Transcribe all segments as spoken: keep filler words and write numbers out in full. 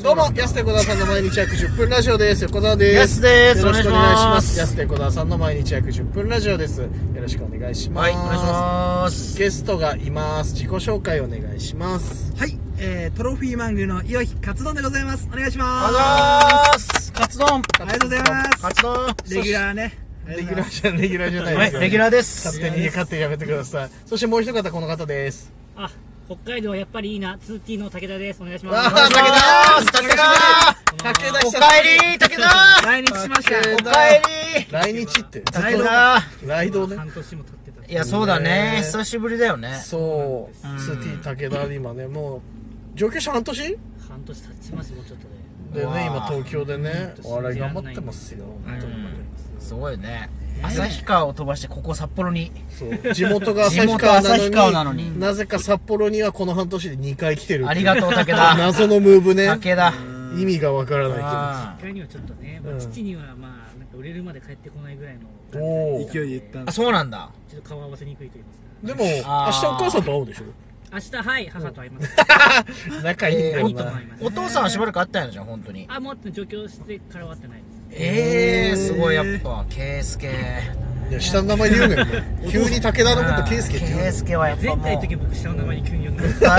どうも、安手小沢さんの毎日約じゅっぷんラジオです。横澤です。 安です。 よろしくお願いします。安手小沢さんの毎日約じゅっぷんラジオです。よろしくお願いします。 はい、お願いします。 ゲストがいます。自己紹介お願いします。 はい、えー、トロフィーマングの岩木カツ丼でございます。お願いします。 ありがとうございます。カツ丼。 ありがとうございます。 カツ丼。 レギュラーね。 レギュラーじゃ、レギュラーじゃないですよ、ね。 はい、レギュラーです。 勝手に、勝手にやめてください。そしてもう一方、この方です。 あ、北海道やっぱりいいな、ツーティー の武田です。お願いします。 あー、武田武田武田おかえり武田来日しました。 おかえり来日ってライドだライドね。 半年も経ってた。 いや、そうだね。久しぶりだよね。 そう。ツーティー 武田で今ね、もう、上京して半年半年経ちます、もうちょっとで。 でね、今東京でね、お笑い頑張ってますよ。 すごいね。旭川を飛ばしてここ札幌に。 そう。地元が旭川なのに、 地元旭川なのになぜか札幌にはこの半年でにかい来てる。 ありがとう武田。 謎のムーブね。 武田。 意味がわからない実家にはちょっとね、まあ、父にはまあなんか売れるまで帰ってこないぐらいのけど。おー。 勢いで言った。 あ、そうなんだ。 ちょっと顔合わせにくいと言いますでも、明日お母さんと会うでしょ。 か。明日はい母と会います。 仲いいんだよな。 兄とも会います。 お父さんはしばらく会ったんやじゃん、本当に。 あ、もう上京してからは会ってないです。 ええー、すごいやっぱ、ケイスケ。 いや、下の名前で言うのよ。急に武田のことケイスケって言うのケイスケはやっぱもう。 前回の時僕下の名前に急に呼んでました。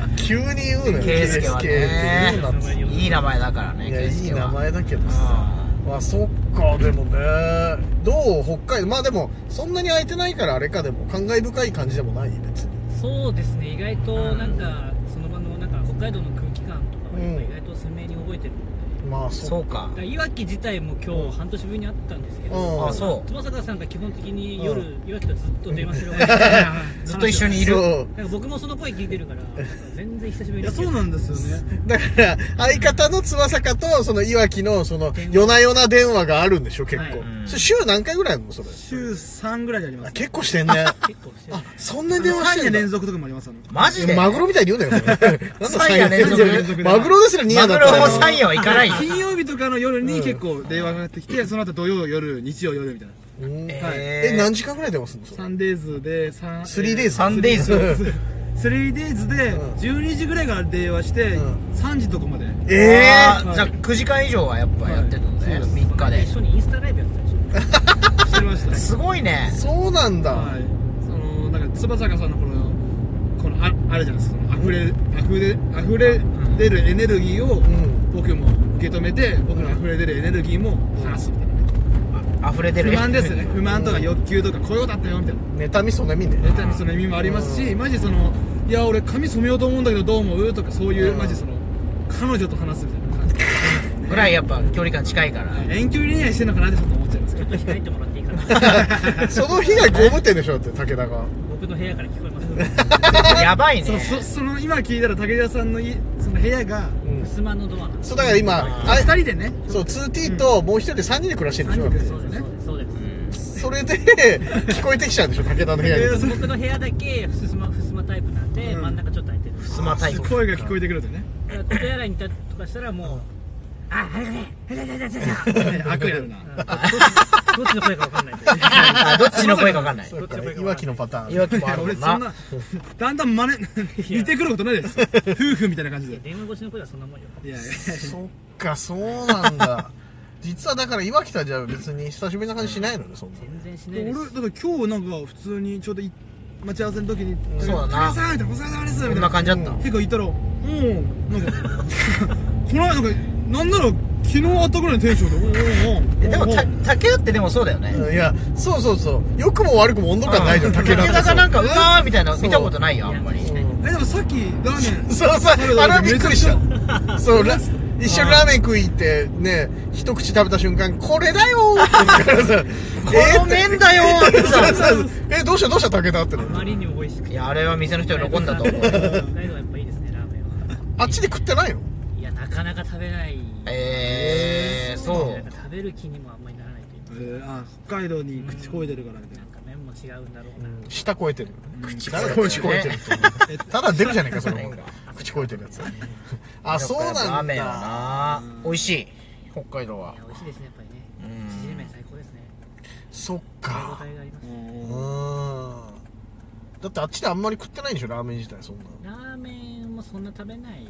急に言うのよ。 ケイスケはケイスケって言うなっつって。 ね。いい名前だからね、 いや、 ケイスケは。 いい名前だけどさ。まあ、そっか、でもね。どう北海道。まあでも、そんなに空いてないからあれかでも、感慨深い感じでもない別に。 そうですね、意外となんかその場のなんか北海道の空気感とかはやっぱ意外と鮮明に覚えてるので。 まあ、 そうか。 だからいわき自体も今日半年ぶりに会ったんですけど、 あ、そう。 翼川さんが基本的に夜、 うんいわきとずっと電話してるわけでずっと一緒にいる。 そう。 なんか僕もその声聞いてるから、なんか全然久しぶりいや、 ですけど。 そうなんですよね。 だから、相方の翼かと、その、いわきの、その、夜な夜な電話があるんでしょ、結構。 はいそれ週何回ぐらいあるのそれ。 週さんぐらいであります。 結構してんね。 結構してる。 あ、そんなに電話してさん夜んだ。 連続とかもありますよね。 マジでマグロみたいに言うなよ。なんだ三夜連続三夜マグロですらに夜マグだったらロも三夜はいかないよ。 金曜日とかの夜に結構電話がかかってきて、その後土曜夜、日曜夜みたいな。 うんええ、何時間ぐらい電話するのそれ。 サンデーズで、サン、 スリーデイズ。 サンデイズ。 スリーデイズでじゅうにじぐらいから電話して、 うんさんじとかまで。 えあーじゃあくじかん以上はやっぱやってるのね。みっかで。 一緒にインスタライブやってたでしょ。 してましたね。 すごいねー、。そうなんだ。 はい。その、なんか、翼坂さんのこの、この、ああるじゃないですか。その溢れる、溢れ、溢れ出るエネルギーを、 ん僕も受け止めて、僕の溢れ出るエネルギーも話すみたいな。 溢れてる。 不満ですね。不満とか欲求とか、こういうことあったよ、みたいな。 妬みそねみね。 妬みその意味もありますし、マジその、いや、俺髪染めようと思うんだけどどう思うとか、そういう、 うんマジその、彼女と話すみたいな感じ。 ぐらいやっぱ距離感近いから。 遠距離恋愛してんのかなってちょっと思っちゃいますけど。 控えてもらっていいかな。 その被害被ってんでしょだって、武田が。 僕の部屋から聞こえます。 やばいね。 そう、そ、その、今聞いたら武田さんのい、その部屋が、 うん襖のドアなんです。 そう、だから今、 あ、 あ二人でね。 そう、ツーティー ともう一人でさんにんで暮らしてるんでしょだってそうです、そうです、そうです。 それで、聞こえてきちゃうんでしょ武田の部屋に。 僕の部屋だけふすま、ふすまタイプなんで、真ん中ちょっと空いてる。 スマタイプ。 声が聞こえてくるとね。 だからお手洗いに行ったとかしたらもう、あ、あれがね、あれだ、あれだ、あれだ。 悪やるな。 どっちの声かわかんない。 あ、どっちの声かわかんない。 そうか、いわきのパターン。 いわきもあるもんな。 俺そんな、だんだん真似、似てくることないです。夫婦みたいな感じで。 電話越しの声はそんなもんよ。 いやいや。 そっか、そうなんだ。実はだから、いわきとはじゃあ別に久しぶりな感じしないのね、そんな。 全然しない俺、 です。 だから今日なんか普通にちょうどい待ち合わせの時に、 そうだな武田さんみたいな、お疲れ様ですみたいこんなな。 感じだった。 結構言ったら、うん、なんか、この間なんか、なんなら昨日会ったぐらいのテンションで、おおおお。 えでも、た、 おお竹田ってでもそうだよね。 いや、そうそうそう。良くも悪くも温度感ないじゃん、武田って。 竹田がなんか、うわーみたいなの見たことないよ、あんまり。 え、でもさっきラーメン。 そうそう、あれはびっくりした。そう、ラめちゃくち一緒にラーメン食い行って、ね、一口食べた瞬間、これだよーって言うからさ、 この麺だよーってさ。 そうそうえ、どうしたどうした武田ってのあまりにも美味しくて。 いや、あれは店の人喜んだと思う。 北海道はやっぱいいですね、ラーメンは。 あっちで食ってないのいや、なかなか食べない。 えー、そなんか食べる気にもあんまりならないというか。 えー、あ、北海道に口こいでるからみたいな。 なんか麺も違うんだろうな。 舌超えてる。口だろうね口超えてるって。ただ出るじゃねえか、そのもんが。口超えてるやつ。あ、そうなんだ。 ラーメンはな、美味しい。北海道はいや、美味しいですね、やっぱりね。 うん縮れ麺最高ですね。 そっ食べか。 応えがあります。 うーん。だってあっちであんまり食ってないんでしょ、ラーメン自体、そんな。 ラーメンもそんな食べないです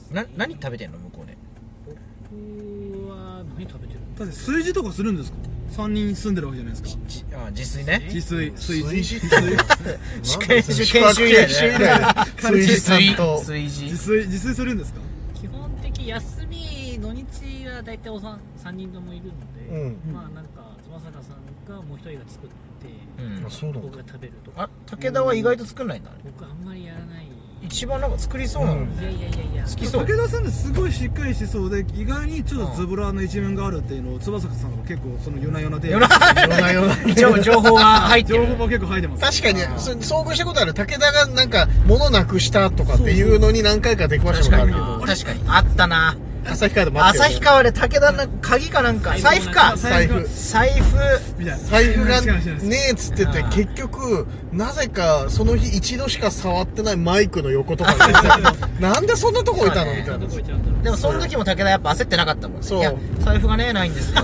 な何食べてんの向こうで。 僕は何食べてるの？ だって炊事とかするんですか？さんにん住んでるわけじゃないですか。 じあ自炊ね。 自炊炊事炊事って宿研修研修以来宿だね。 研修以来炊事さんと炊事自炊自炊するんですか？ 基本的休み土日は大体おさんさんにんともいるので、 うんまあなんか妻坂さんがもう一人が作って、 うんあそうなんだ僕が食べるとか。 あ武田は意外と作んないんだね。 僕あんまりやらない。 一番なんか作りそうなの、 うんいやいやいやいや。 好きそう。 武田さんってすごいしっかりしそうで、意外にちょっとズボラな一面があるっていうのを翼坂さんが結構その夜な夜なで夜な夜な夜な情情報が入ってる。 情報も結構入ってます。 確かにそ遭遇したことある。武田がなんか物なくしたとかっていうのに何回か出くわしたことあるけど、 確かにあったな。 旭川で待ってる旭川で武田の鍵かなんか財布か財布財布みたいな財布が違う違う違うねえっつってて、結局なぜかその日一度しか触ってないマイクの横とかに置いてたけどなんでそんなとこ置いたのみたいな。 どこ行っちゃうんだろう。 でもその時も武田やっぱ焦ってなかったもんね。 そういや財布がねないんですよ。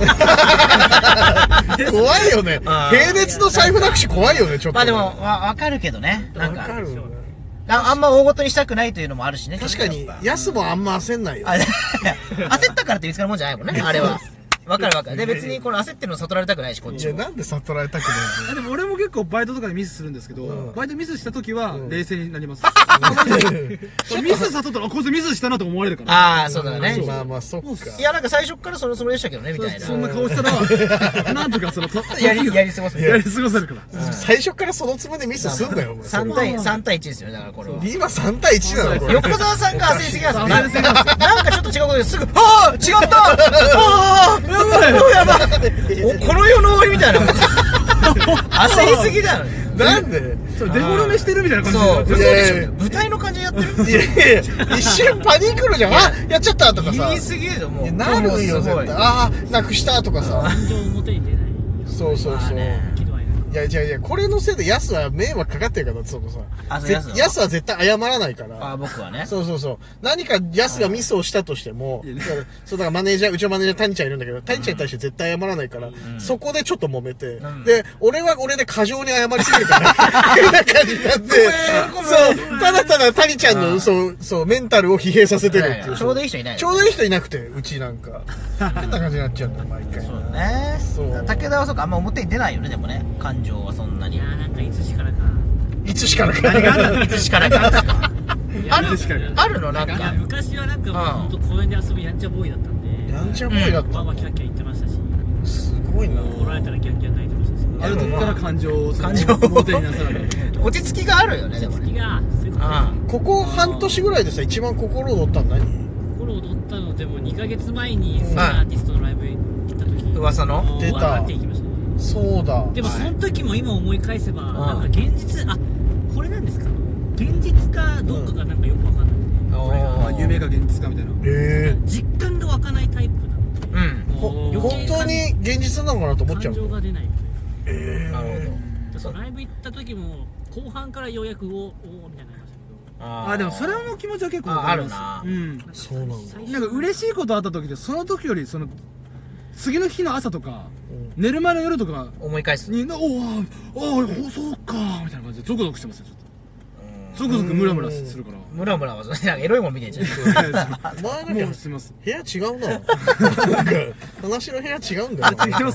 怖いよね。 あー並列の財布なくし怖いよね、ちょっと。 まあでもわ分かるけどね。なんかわかるよね。 ああんま大ごとにしたくないというのもあるしね。 確かにちょっとやっぱヤスもあんま焦んないよ。 あ焦ったからって見つかるもんじゃないもんね、あれは。わかるわかる。で、別にこの焦ってるの悟られたくないし、こっいや、 ちも。 なんで悟られたくないあでも俺も結構バイトとかでミスするんですけど、 うんバイトミスした時はん冷静になります。ミスさとったら、あこいつミスしたなと思われるから。 ああ、そうだね。 まあまあ、そっか。 いや、なんか最初からそのつもりでしたけどね、みたいな。 そんな顔したら、なんとかその、とやり、やり過ごす。 やり過ごせるから。 最初からそのつもりでミスすんなよ、お前。 さん対、さん対いちですよね、だからこれは。 今さん対いちなのこれ。 横澤さんが焦りすぎなんですよ。 焦りすぎなんですよなんかちょっと違うことですぐ、ああ違ったああやばいもうやばいおこの世の終わりみたいな。焦りすぎだよ。 なんでそうデフォルメしてるみたいな感じそう、 で。 嘘いやいやでしょ。舞台の感じでやってるいやいや、一瞬パニクるじゃん。あ、やっちゃったとかさ。 言い過ぎるよ、もう。 いやなるよ、 もう絶対。 すごいああ、なくしたとかさ。 感情表に出ない。 そうそうそう。 喜怒哀楽。 いやいやいや、これのせいでヤスは迷惑かかってるから、そのさ。ぜあそうヤスはヤスは絶対謝らないかあら。 僕はね。 そうそうそう。何かヤスがミスをしたとしても、 いやねそうだからマネージャー、うちのマネージャー谷ちゃんいるんだけど、谷ちゃんに対して絶対謝らないから、そこでちょっと揉めて、 んで、俺は俺で過剰に謝りすぎるから、変な感じになって、そう、ただただ谷ちゃんの、そう、そう、メンタルを疲弊させてるっていう。 ちょうどいい人いないのちょうどいい人いなくて、うちなんか。変な感じになっちゃうんだよ、毎回。 そうだね。 そう武田はそうか、あんま表に出ないよね、でもね。感情はそんないにや。ーなんかいつしからか。 いつしからか。 いつしからかですか。 いやあるいつしからかあるのなんいやか。 昔はなんかもうほんと公園で遊ぶやんちゃボーイだったんで、 やんちゃボーイだったまあまあキャッキャ言ってましたし、 すごいな。 怒られたらキャッキャ泣いてましたし、 ある時から感情をその感情を表になさらない。 落ち着きがあるよね、でもね。 好きがそういうことであここ半年ぐらいでさ、一番心躍ったの何心躍ったのでもにかげつまえに好きなアーティストのライブへ行った時、 噂のもう出たわーって行きましたね。 そうだ。 でもその時も今思い返せば、 んなんか現実、あ、これなんですか、現実かどうかがなんかよくわかんなくて、これがまあ夢か現実かみたいな。 え実感が湧かないタイプなので、 うん。 ー、ほもう本当に現実なのかなと思っちゃ感う。 情が出ないというなるほど。 でそのライブ行った時も後半からようやくおおみたいになりましたけど、 ああでもそれの気持ちは結構わかりますああうんそうなんだ。 なんか嬉しいことあった時でその時よりその次の日の朝とか、寝る前の夜とか思い返す。 におおおおそうかみたいな感じでゾクゾクしてますよちょっとゾクゾクムラムラするからムラムラは、なんかエロいもん見てんじゃん。 お前もなんかうすみます部屋違うな。なんか話の部屋違うんだよな。 違います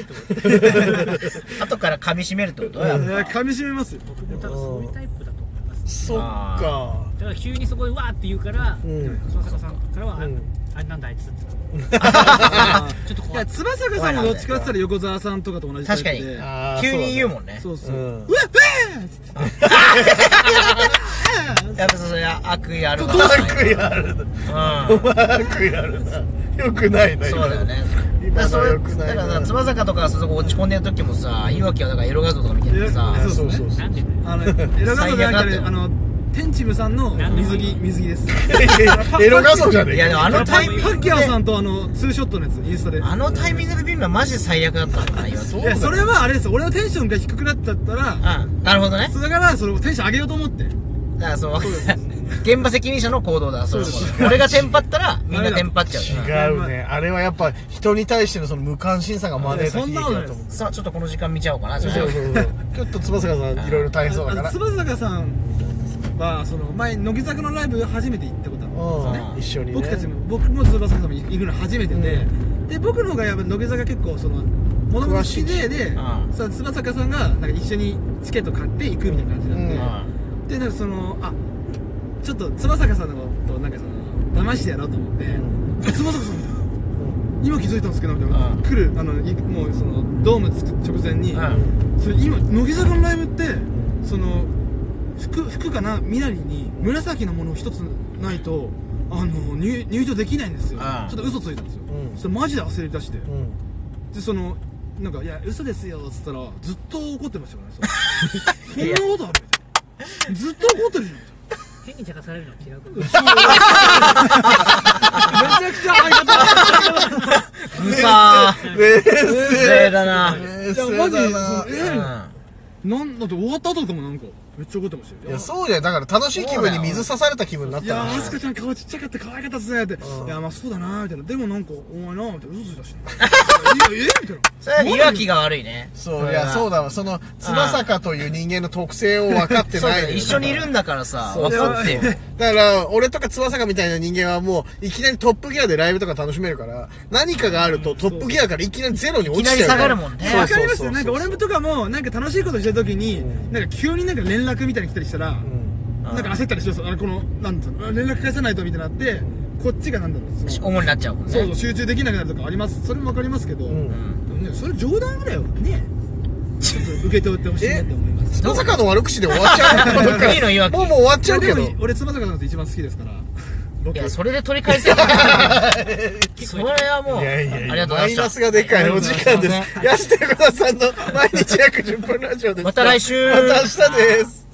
後から噛み締めるってこといや噛み締めますよ僕も多分そういうタイプだと思います。 そっか。 だから急にそこでわーって言うから、 うん翼坂さんからは、 うんあれなんだあいつってちょっとい怖い。 や翼坂さんもどっちかって言ったら横澤さんとかと同じタイプで確かにあー急に言うもんね。 そうそうううんうわっうわやっぱそれ悪意あるな。 悪意あるな。 う悪意あるな。よくないな。 ん。そうだよね。 今のだからそうよくないな。 だからさ、翼とかそこ落ち込んでる時もさ、いわきはだからエロ画像とか見ててさいや、 そうそうそう。 なんでだよ。 あのエロ画像じゃなくて最悪だったよあの天チムさんの水着水着ですエロ画像じゃねえか。 いやでもあのタイミングでパッキャオさんとあのツーショットのやつインスタであのタイミングで見るのはマジで最悪だったんだな、いわき。 そういやそれはあれです俺のテンションが低くなっちゃったらうん。なるほどね。 そうだからそれをテンション上げようと思ってだからそう、現場責任者の行動だ、それは。俺がテンパったら、みんなテンパっちゃうから。 違うね。あれはやっぱ人に対してのその無関心さが招いた悲劇だと思う。 さあ、ちょっとこの時間見ちゃおうかな、じゃあそうそうそう。ちょっと翼さんいろいろ大変そうだから。 翼坂さんはその前乃木坂のライブ初めて行ったことあるんですよね。 一緒にね僕たちも僕も翼さんも行くの初めてで、で僕の方がやっぱ乃木坂結構そのもともと好きでで、さ翼坂さんがなんか一緒にチケット買って行くみたいな感じなんで、でなんかそのあちょっと翼坂さんのことなんかその騙してやろうと思って、翼坂さんみたいな。今気づいたんですけどみたいな、来るあのもうそのドーム着く直前に、それ今乃木坂のライブってその服服かなみなりに紫のもの一つないとあの 入, 入場できないんですよ。ちょっと嘘ついたんですよ。それマジで焦り出して、でそのなんかいや嘘ですよっつったらずっと怒ってましたからね。そんなことある？ずっと怒ってるじゃん。 変に茶化されるのは違うかめちゃくちゃ相方ぐさー冷静だな冷いやマジ静だな。 えなんだって終わった後とかもなんかめっちゃ怒ってましたよ。 いやそうじゃん、だから楽しい気分に水刺された気分になっいやー、 たらアスカちゃん顔ちっちゃかった可愛かったっすねって。いや、まあそうだなーみたいな。でもなんか、お前なーみたいな。嘘ついたし。いや、えみたいな。 それは岩木が悪いね。 そういやそうだわ、その翼坂という人間の特性を分かってそうだよない。 一緒にいるんだからさ、 そう分かってよ。 だから俺とか翼坂みたいな人間はもういきなりトップギアでライブとか楽しめるから、何かがあるとトップギアからいきなりゼロに落ちちゃうから。 いきなり下がるもんねわかりますよ。 そうそうそうそうなんか俺とかも、なんか楽しいことしてるときに、なんか急になんか連絡みたいに来たりしたら、なんか焦ったりします。あれこの、なんつうの、連絡返さないとみたいになって、こっちがなんだろう。その主になっちゃうもんね。 そうそう、集中できなくなるとかあります。それもわかりますけど、でもねそれ冗談ぐらいはね、ちょっと受け取ってほしいなって思います。 翼坂の悪口で終わっちゃう。 いいの岩木もうもう終わっちゃうけどいやで。も俺翼坂さんって一番好きですから。僕いや、それで取り返せる。それはもう、 いやいやいやありがとうございました。 マイナスがでかいお時間です。安手小田さんの毎日約じゅっぷんラジオです。 また来週また明日です。